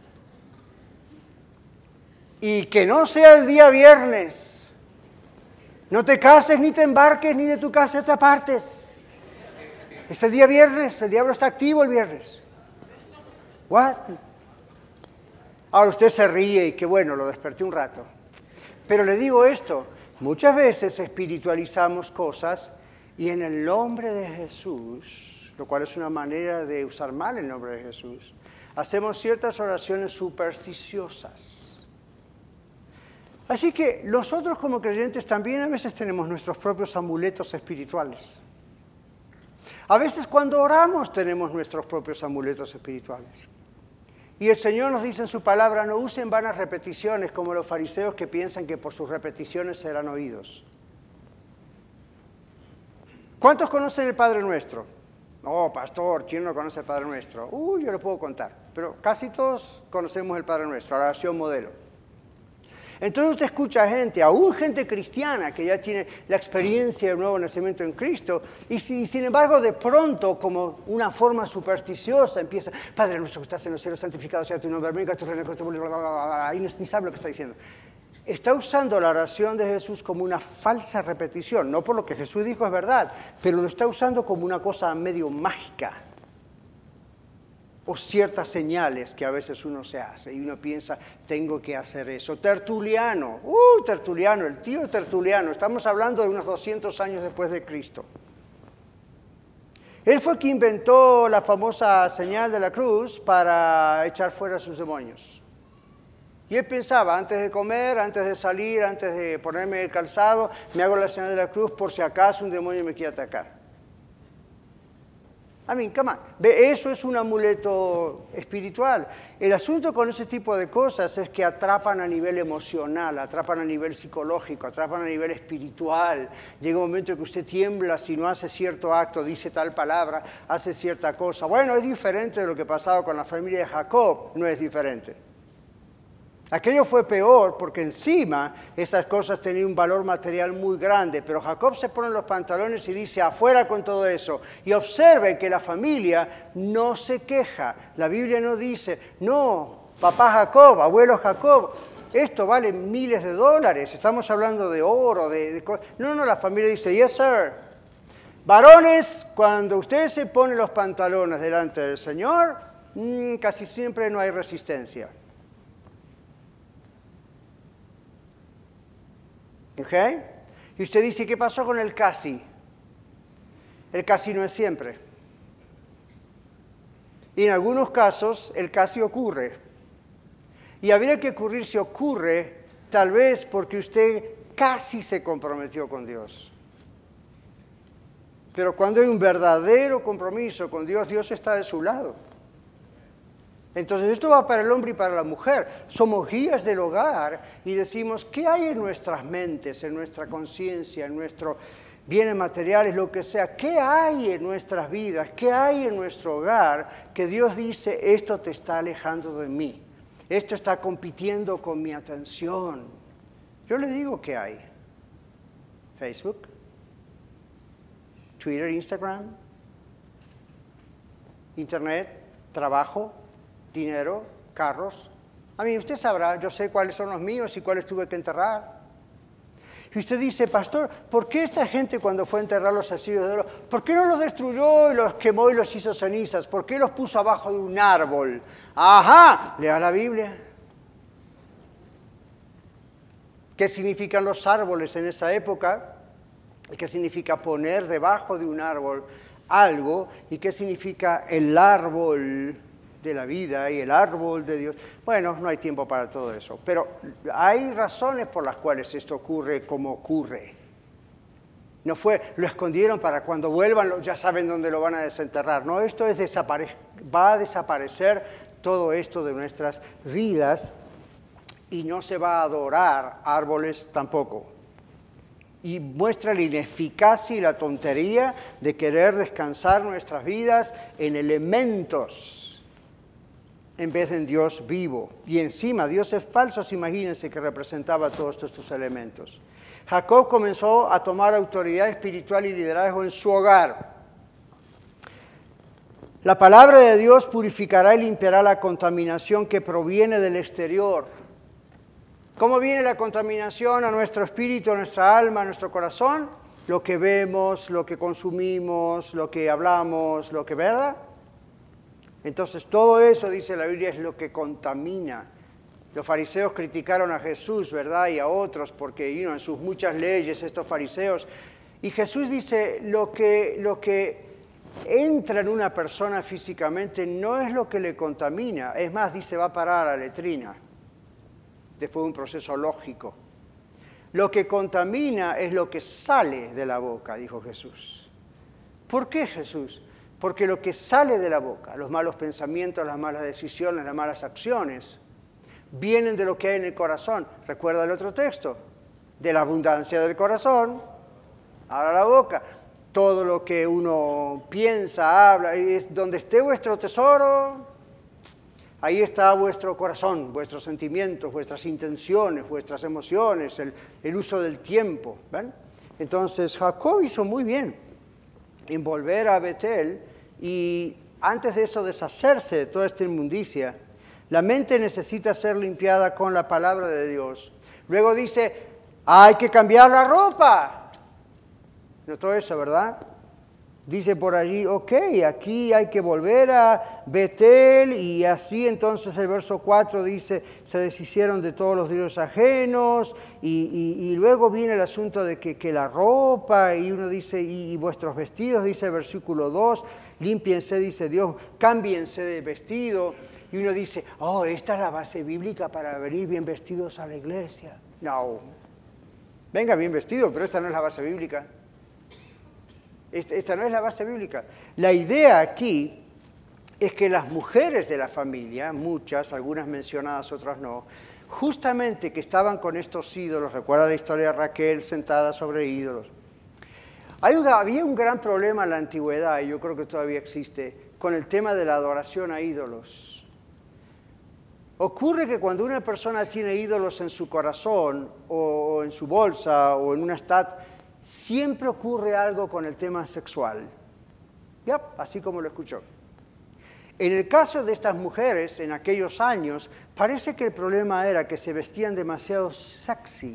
Y que no sea el día viernes. No te cases, ni te embarques, ni de tu casa te apartes. Es el día viernes, el diablo está activo el viernes. ¿What? Ahora usted se ríe y qué bueno, lo desperté un rato. Pero le digo esto, muchas veces espiritualizamos cosas Y en el nombre de Jesús, lo cual es una manera de usar mal el nombre de Jesús, hacemos ciertas oraciones supersticiosas. Así que nosotros como creyentes también a veces tenemos nuestros propios amuletos espirituales. A veces cuando oramos tenemos nuestros propios amuletos espirituales. Y el Señor nos dice en su palabra, no usen vanas repeticiones como los fariseos que piensan que por sus repeticiones serán oídos. ¿Cuántos conocen el Padre Nuestro? No, pastor, ¿quién no conoce el Padre Nuestro? Yo lo puedo contar, pero casi todos conocemos el Padre Nuestro, la oración modelo. Entonces usted escucha gente, aún gente cristiana que ya tiene la experiencia del nuevo nacimiento en Cristo, y sin embargo de pronto, como una forma supersticiosa, empieza, Padre nuestro que estás en los cielos, santificado sea tu nombre, venga tu reino, y ni sabe lo que está diciendo. Está usando la oración de Jesús como una falsa repetición, no por lo que Jesús dijo es verdad, pero lo está usando como una cosa medio mágica. O ciertas señales que a veces uno se hace y uno piensa, tengo que hacer eso. Tertuliano, Tertuliano, el tío Tertuliano, estamos hablando de unos 200 años después de Cristo. Él fue quien inventó la famosa señal de la cruz para echar fuera a sus demonios. Y él pensaba, antes de comer, antes de salir, antes de ponerme el calzado, me hago la señal de la cruz por si acaso un demonio me quiere atacar. Come on. Eso es un amuleto espiritual. El asunto con ese tipo de cosas es que atrapan a nivel emocional, atrapan a nivel psicológico, atrapan a nivel espiritual. Llega un momento en que usted tiembla si no hace cierto acto, dice tal palabra, hace cierta cosa. Bueno, es diferente de lo que pasaba con la familia de Jacob, no es diferente. Aquello fue peor porque encima esas cosas tenían un valor material muy grande, pero Jacob se pone los pantalones y dice, afuera con todo eso. Y observe que la familia no se queja. La Biblia no dice, no, papá Jacob, abuelo Jacob, esto vale miles de dólares, estamos hablando de oro, de cosas. No, la familia dice, yes sir. Varones, cuando usted se pone los pantalones delante del Señor, casi siempre no hay resistencia. ¿Okay? Y usted dice, ¿qué pasó con el casi? El casi no es siempre. Y en algunos casos el casi ocurre. Y habría que ocurrir si ocurre, tal vez porque usted casi se comprometió con Dios. Pero cuando hay un verdadero compromiso con Dios, Dios está de su lado. Entonces esto va para el hombre y para la mujer. Somos guías del hogar y decimos, ¿qué hay en nuestras mentes, en nuestra conciencia, en nuestros bienes materiales, lo que sea? ¿Qué hay en nuestras vidas? ¿Qué hay en nuestro hogar que Dios dice, esto te está alejando de mí? Esto está compitiendo con mi atención. Yo le digo qué hay. Facebook, Twitter, Instagram, Internet, trabajo, dinero, carros. Usted sabrá, yo sé cuáles son los míos y cuáles tuve que enterrar. Y usted dice, pastor, ¿por qué esta gente cuando fue a enterrar los arcillos de oro, por qué no los destruyó y los quemó y los hizo cenizas? ¿Por qué los puso abajo de un árbol? Ajá, lea la Biblia. ¿Qué significan los árboles en esa época? ¿Qué significa poner debajo de un árbol algo? ¿Y qué significa el árbol de la vida y el árbol de Dios? Bueno, no hay tiempo para todo eso, pero hay razones por las cuales esto ocurre como ocurre. No fue, lo escondieron para cuando vuelvan, ya saben dónde lo van a desenterrar. No, esto es va a desaparecer todo esto de nuestras vidas y no se va a adorar árboles tampoco. Y muestra la ineficacia y la tontería de querer descansar nuestras vidas en elementos en vez de en Dios vivo. Y encima, dioses falsos, imagínense que representaba todos estos elementos. Jacob comenzó a tomar autoridad espiritual y liderazgo en su hogar. La palabra de Dios purificará y limpiará la contaminación que proviene del exterior. ¿Cómo viene la contaminación a nuestro espíritu, a nuestra alma, a nuestro corazón? Lo que vemos, lo que consumimos, lo que hablamos, lo que, ¿verdad? Entonces todo eso, dice la Biblia, es lo que contamina. Los fariseos criticaron a Jesús, ¿verdad? Y a otros, porque en sus muchas leyes estos fariseos Y Jesús dice, lo que entra en una persona físicamente no es lo que le contamina. Es más, dice, va a parar a la letrina, después de un proceso lógico. Lo que contamina es lo que sale de la boca, dijo Jesús. ¿Por qué, Jesús? Porque lo que sale de la boca, los malos pensamientos, las malas decisiones, las malas acciones, vienen de lo que hay en el corazón. ¿Recuerda el otro texto? De la abundancia del corazón, habla la boca. Todo lo que uno piensa, habla, es donde esté vuestro tesoro, ahí está vuestro corazón, vuestros sentimientos, vuestras intenciones, vuestras emociones, el uso del tiempo. ¿Ven? Entonces Jacob hizo muy bien en volver a Betel y antes de eso deshacerse de toda esta inmundicia. La mente necesita ser limpiada con la palabra de Dios. Luego dice, hay que cambiar la ropa. ¿Notó eso, verdad? Dice por allí, ok, aquí hay que volver a Betel, y así entonces el verso 4 dice, se deshicieron de todos los dioses ajenos, y luego viene el asunto de que la ropa, y uno dice, y vuestros vestidos, dice el versículo 2, límpiense, dice Dios, cámbiense de vestido, y uno dice, oh, esta es la base bíblica para venir bien vestidos a la iglesia. No, venga bien vestido, pero esta no es la base bíblica. Esta no es la base bíblica. La idea aquí es que las mujeres de la familia, muchas, algunas mencionadas, otras no, justamente que estaban con estos ídolos, recuerda la historia de Raquel sentada sobre ídolos. Había un gran problema en la antigüedad, y yo creo que todavía existe, con el tema de la adoración a ídolos. Ocurre que cuando una persona tiene ídolos en su corazón, o en su bolsa, o en una estatua, siempre ocurre algo con el tema sexual. Así como lo escuchó. En el caso de estas mujeres, en aquellos años, parece que el problema era que se vestían demasiado sexy.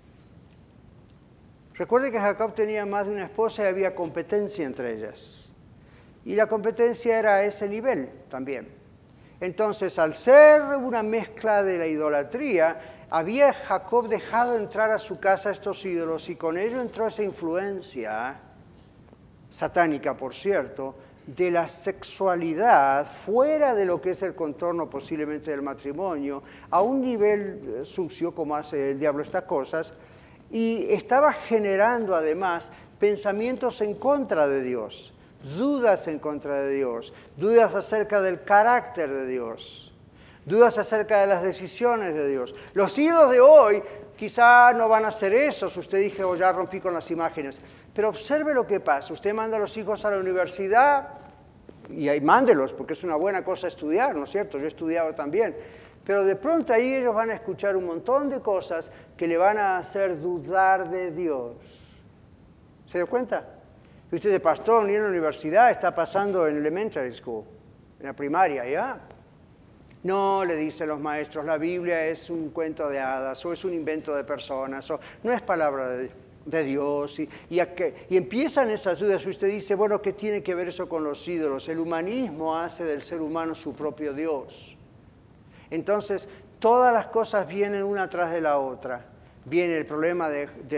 Recuerde que Jacob tenía más de una esposa y había competencia entre ellas. Y la competencia era a ese nivel también. Entonces, al ser una mezcla de la idolatría, había Jacob dejado entrar a su casa estos ídolos y con ello entró esa influencia satánica, por cierto, de la sexualidad fuera de lo que es el contorno posiblemente del matrimonio, a un nivel sucio como hace el diablo estas cosas, y estaba generando además pensamientos en contra de Dios, dudas en contra de Dios, dudas acerca del carácter de Dios, dudas acerca de las decisiones de Dios. Los ídolos de hoy quizá no van a ser esos. Usted dice, oh, ya rompí con las imágenes. Pero observe lo que pasa. Usted manda a los hijos a la universidad y ahí mándelos, porque es una buena cosa estudiar, ¿no es cierto? Yo he estudiado también. Pero de pronto ahí ellos van a escuchar un montón de cosas que le van a hacer dudar de Dios. ¿Se dio cuenta? Y usted dice, pastor, ni en la universidad, está pasando en elementary school, en la primaria, ¿ya? No, le dicen los maestros, la Biblia es un cuento de hadas o es un invento de personas o no es palabra de Dios. Y empiezan esas dudas. Usted dice, bueno, ¿qué tiene que ver eso con los ídolos? El humanismo hace del ser humano su propio Dios. Entonces, todas las cosas vienen una tras de la otra. Viene el problema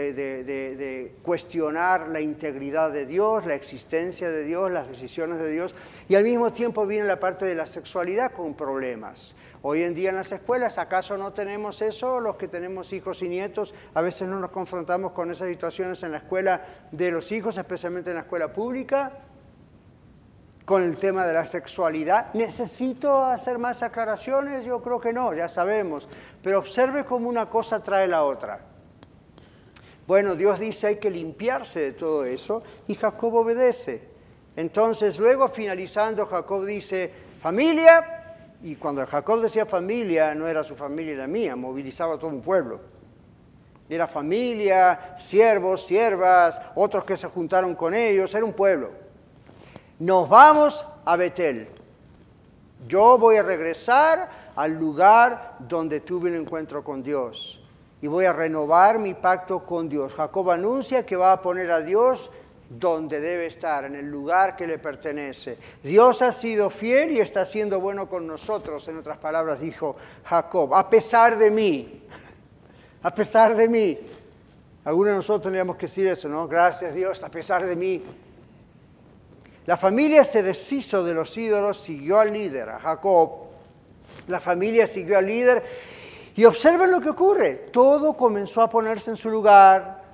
de cuestionar la integridad de Dios, la existencia de Dios, las decisiones de Dios, y al mismo tiempo viene la parte de la sexualidad con problemas. Hoy en día en las escuelas, ¿acaso no tenemos eso? Los que tenemos hijos y nietos, a veces no nos confrontamos con esas situaciones en la escuela de los hijos, especialmente en la escuela pública, con el tema de la sexualidad. ¿Necesito hacer más aclaraciones? Yo creo que no, ya sabemos. Pero observe cómo una cosa trae la otra. Bueno, Dios dice hay que limpiarse de todo eso y Jacob obedece. Entonces, luego finalizando, Jacob dice, familia, y cuando Jacob decía familia, no era su familia y la mía, movilizaba a todo un pueblo. Era familia, siervos, siervas, otros que se juntaron con ellos, era un pueblo. Nos vamos a Betel. Yo voy a regresar al lugar donde tuve un encuentro con Dios y voy a renovar mi pacto con Dios. Jacob anuncia que va a poner a Dios donde debe estar, en el lugar que le pertenece. Dios ha sido fiel y está siendo bueno con nosotros, en otras palabras dijo Jacob, a pesar de mí, a pesar de mí. Algunos de nosotros tendríamos que decir eso, ¿no? Gracias Dios, a pesar de mí. La familia se deshizo de los ídolos, siguió al líder, a Jacob. La familia siguió al líder y observen lo que ocurre. Todo comenzó a ponerse en su lugar.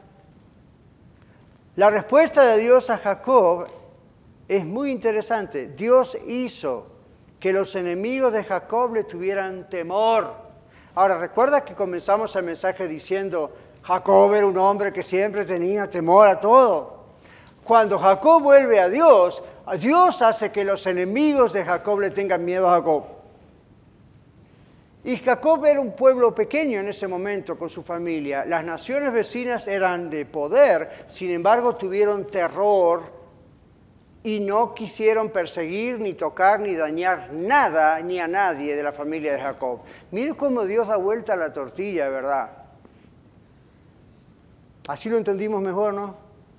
La respuesta de Dios a Jacob es muy interesante. Dios hizo que los enemigos de Jacob le tuvieran temor. Ahora, recuerda que comenzamos el mensaje diciendo, Jacob era un hombre que siempre tenía temor a todo. Cuando Jacob vuelve a Dios hace que los enemigos de Jacob le tengan miedo a Jacob. Y Jacob era un pueblo pequeño en ese momento con su familia. Las naciones vecinas eran de poder, sin embargo tuvieron terror y no quisieron perseguir, ni tocar, ni dañar nada, ni a nadie de la familia de Jacob. Mire cómo Dios da vuelta a la tortilla, ¿verdad? Así lo entendimos mejor, ¿no?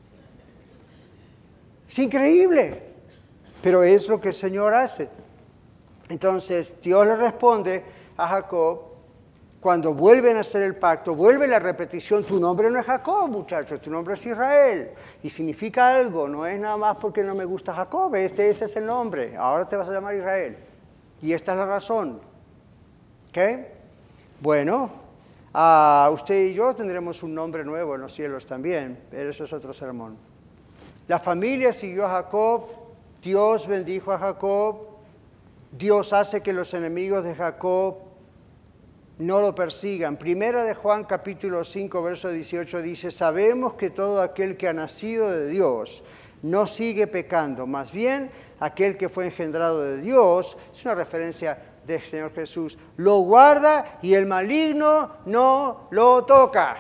Es increíble, pero es lo que el Señor hace. Entonces Dios le responde a Jacob, cuando vuelven a hacer el pacto, vuelve la repetición, tu nombre no es Jacob, muchachos, tu nombre es Israel, y significa algo, no es nada más porque no me gusta Jacob, ese es el nombre, ahora te vas a llamar Israel, y esta es la razón. ¿Ok? Bueno, usted y yo tendremos un nombre nuevo en los cielos también, pero eso es otro sermón. La familia siguió a Jacob, Dios bendijo a Jacob, Dios hace que los enemigos de Jacob no lo persigan. Primera de Juan capítulo 5, verso 18 dice, sabemos que todo aquel que ha nacido de Dios no sigue pecando, más bien aquel que fue engendrado de Dios, es una referencia del Señor Jesús, lo guarda y el maligno no lo toca.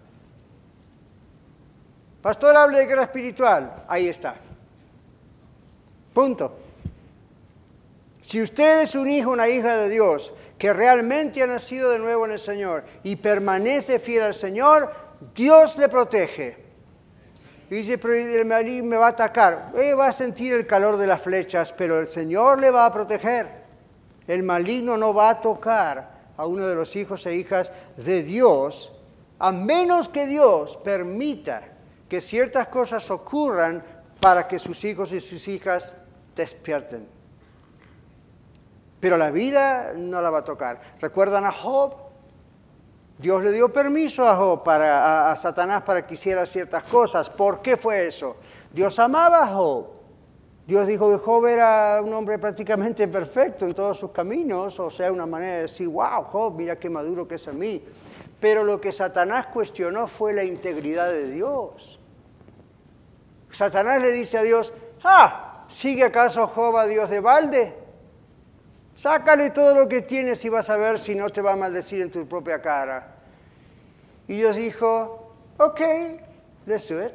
Pastor, hable de guerra espiritual, ahí está. Punto. Si usted es un hijo, una hija de Dios, que realmente ha nacido de nuevo en el Señor y permanece fiel al Señor, Dios le protege. Y dice, pero el maligno me va a atacar. Va a sentir el calor de las flechas, pero el Señor le va a proteger. El maligno no va a tocar a uno de los hijos e hijas de Dios, a menos que Dios permita que ciertas cosas ocurran para que sus hijos y sus hijas despierten. Pero la vida no la va a tocar. ¿Recuerdan a Job? Dios le dio permiso a Job, a Satanás, para que hiciera ciertas cosas. ¿Por qué fue eso? Dios amaba a Job. Dios dijo que Job era un hombre prácticamente perfecto en todos sus caminos. O sea, una manera de decir, wow, Job, mira qué maduro que es en mí. Pero lo que Satanás cuestionó fue la integridad de Dios. Satanás le dice a Dios, ¿sigue acaso Job a Dios de balde? Sácale todo lo que tienes y vas a ver si no te va a maldecir en tu propia cara. Y Dios dijo, ok, let's do it.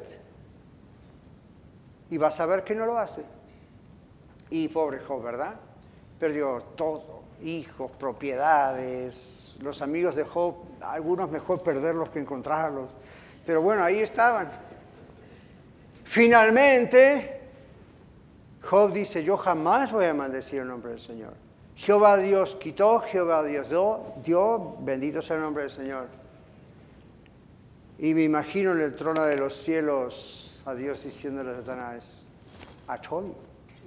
Y vas a ver que no lo hace. Y pobre Job, ¿verdad? Perdió todo, hijos, propiedades. Los amigos de Job, algunos mejor perderlos que encontrarlos. Pero bueno, ahí estaban. Finalmente, Job dice, yo jamás voy a maldecir el nombre del Señor. Jehová Dios quitó, Jehová Dios dio, bendito sea el nombre del Señor. Y me imagino en el trono de los cielos a Dios diciéndole a Satanás, I told you.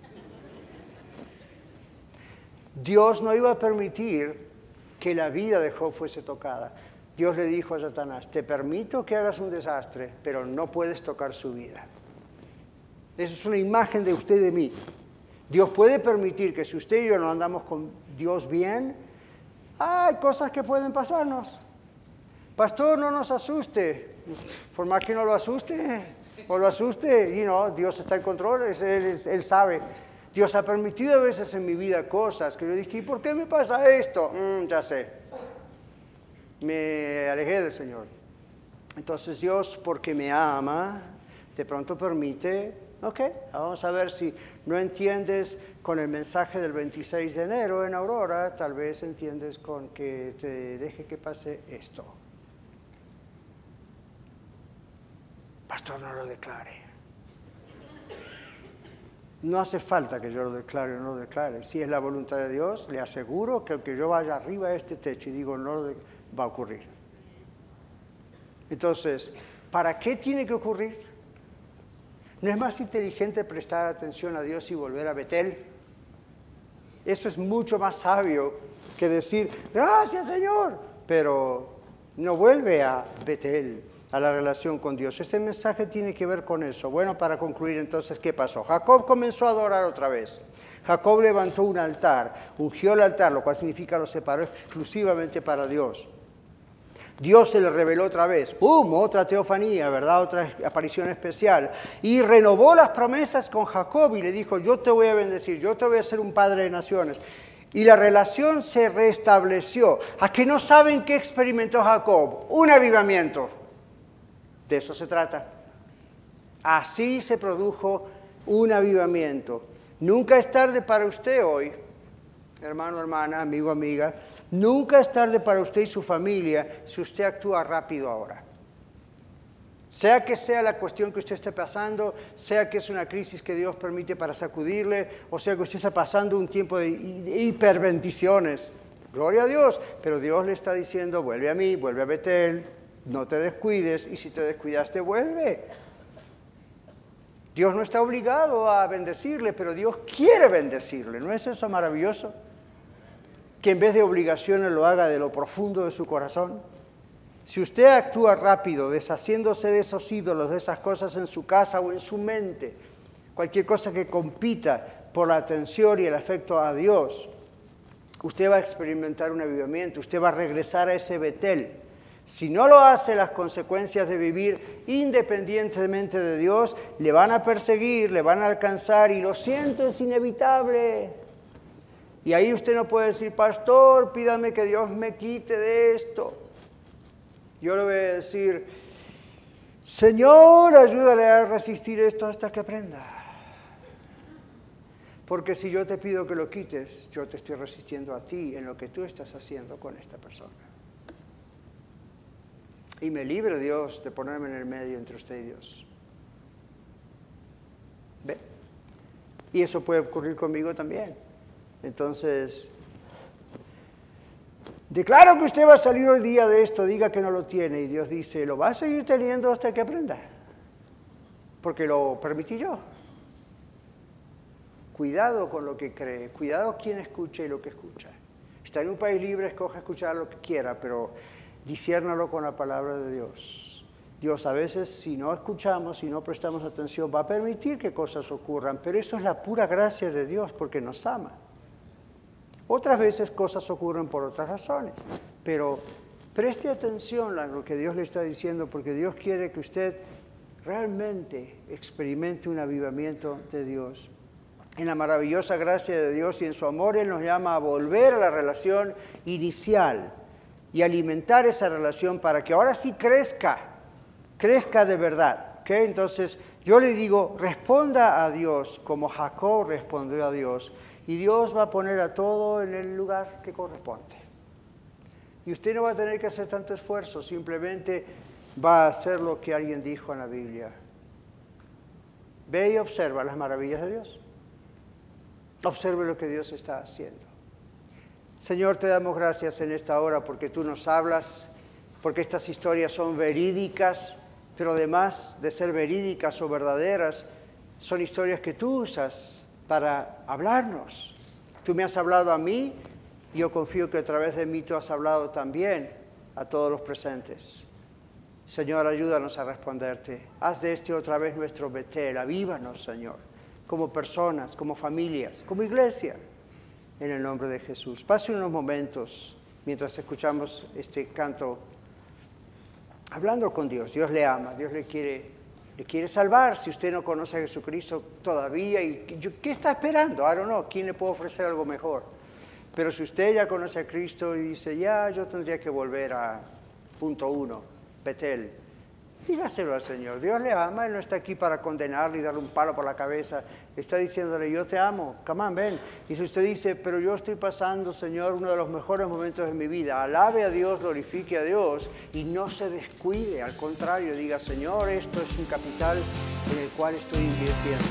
Dios no iba a permitir que la vida de Job fuese tocada. Dios le dijo a Satanás, te permito que hagas un desastre, pero no puedes tocar su vida. Esa es una imagen de usted y de mí. Dios puede permitir que si usted y yo no andamos con Dios bien, hay cosas que pueden pasarnos. Pastor, no nos asuste. Por más que no lo asuste, o lo asuste, Dios está en control, Él sabe. Dios ha permitido a veces en mi vida cosas que yo dije, ¿y por qué me pasa esto? Ya sé. Me alejé del Señor. Entonces Dios, porque me ama, de pronto permite. Ok, vamos a ver si no entiendes con el mensaje del 26 de enero en Aurora, tal vez entiendes con que te deje que pase esto. Pastor, no lo declare. No hace falta que yo lo declare o no lo declare. Si es la voluntad de Dios, le aseguro que aunque yo vaya arriba de este techo y digo no va a ocurrir. Entonces, ¿Para qué tiene que ocurrir? ¿No es más inteligente prestar atención a Dios y volver a Betel? Eso es mucho más sabio que decir, gracias Señor, pero no vuelve a Betel, a la relación con Dios. Este mensaje tiene que ver con eso. Bueno, para concluir entonces, ¿qué pasó? Jacob comenzó a adorar otra vez. Jacob levantó un altar, ungió el altar, lo cual significa lo separó exclusivamente para Dios. Dios se le reveló otra vez, ¡pum!, otra teofanía, ¿verdad?, otra aparición especial. Y renovó las promesas con Jacob y le dijo, yo te voy a bendecir, yo te voy a hacer un padre de naciones. Y la relación se restableció. ¿A que no saben qué experimentó Jacob? Un avivamiento. De eso se trata. Así se produjo un avivamiento. Nunca es tarde para usted hoy, hermano, hermana, amigo, amiga. Nunca es tarde para usted y su familia si usted actúa rápido ahora. Sea que sea la cuestión que usted esté pasando, sea que es una crisis que Dios permite para sacudirle, o sea que usted está pasando un tiempo de hiperbendiciones. Gloria a Dios, pero Dios le está diciendo, vuelve a mí, vuelve a Betel, no te descuides, y si te descuidaste, vuelve. Dios no está obligado a bendecirle, pero Dios quiere bendecirle. ¿No es eso maravilloso? Que en vez de obligaciones lo haga de lo profundo de su corazón. Si usted actúa rápido, deshaciéndose de esos ídolos, de esas cosas en su casa o en su mente, cualquier cosa que compita por la atención y el afecto a Dios, usted va a experimentar un avivamiento, usted va a regresar a ese Betel. Si no lo hace, las consecuencias de vivir independientemente de Dios le van a perseguir, le van a alcanzar y lo siento, es inevitable. Y ahí usted no puede decir, pastor, pídame que Dios me quite de esto. Yo le voy a decir, Señor, ayúdale a resistir esto hasta que aprenda. Porque si yo te pido que lo quites, yo te estoy resistiendo a ti en lo que tú estás haciendo con esta persona. Y me libre Dios de ponerme en el medio entre usted y Dios. ¿Ve? Y eso puede ocurrir conmigo también. Entonces, declaro que usted va a salir hoy día de esto, diga que no lo tiene. Y Dios dice, lo va a seguir teniendo hasta que aprenda. Porque lo permití yo. Cuidado con lo que cree, cuidado quien escucha y lo que escucha. Está en un país libre, escoja escuchar lo que quiera, pero disciérnalo con la palabra de Dios. Dios a veces, si no escuchamos, si no prestamos atención, va a permitir que cosas ocurran, pero eso es la pura gracia de Dios porque nos ama. Otras veces cosas ocurren por otras razones, pero preste atención a lo que Dios le está diciendo porque Dios quiere que usted realmente experimente un avivamiento de Dios. En la maravillosa gracia de Dios y en su amor, Él nos llama a volver a la relación inicial y alimentar esa relación para que ahora sí crezca de verdad. ¿Okay? Entonces, yo le digo, responda a Dios como Jacob respondió a Dios. Y Dios va a poner a todo en el lugar que corresponde. Y usted no va a tener que hacer tanto esfuerzo, simplemente va a hacer lo que alguien dijo en la Biblia. Ve y observa las maravillas de Dios. Observe lo que Dios está haciendo. Señor, te damos gracias en esta hora porque tú nos hablas, porque estas historias son verídicas, pero además de ser verídicas o verdaderas, son historias que tú usas para hablarnos. Tú me has hablado a mí, y yo confío que a través de mí tú has hablado también a todos los presentes. Señor, ayúdanos a responderte. Haz de este otra vez nuestro Betel. Avívanos, Señor, como personas, como familias, como iglesia, en el nombre de Jesús. Pase unos momentos mientras escuchamos este canto, hablando con Dios. Dios le ama, Dios le quiere salvar. Si usted no conoce a Jesucristo todavía, ¿qué está esperando? I don't know, ¿quién le puede ofrecer algo mejor? Pero si usted ya conoce a Cristo y dice, ya, yo tendría que volver a punto 1, Betel, dígaselo al Señor. Dios le ama, Él no está aquí para condenarle y darle un palo por la cabeza. Está diciéndole, yo te amo, come on, ven. Y si usted dice, pero yo estoy pasando, Señor, uno de los mejores momentos de mi vida, alabe a Dios, glorifique a Dios y no se descuide. Al contrario, diga, Señor, esto es un capital en el cual estoy invirtiendo.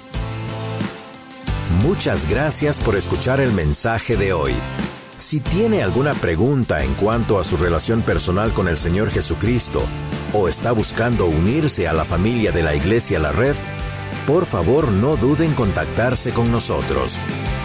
Muchas gracias por escuchar el mensaje de hoy. Si tiene alguna pregunta en cuanto a su relación personal con el Señor Jesucristo o está buscando unirse a la familia de la Iglesia La Red, por favor no duden en contactarse con nosotros.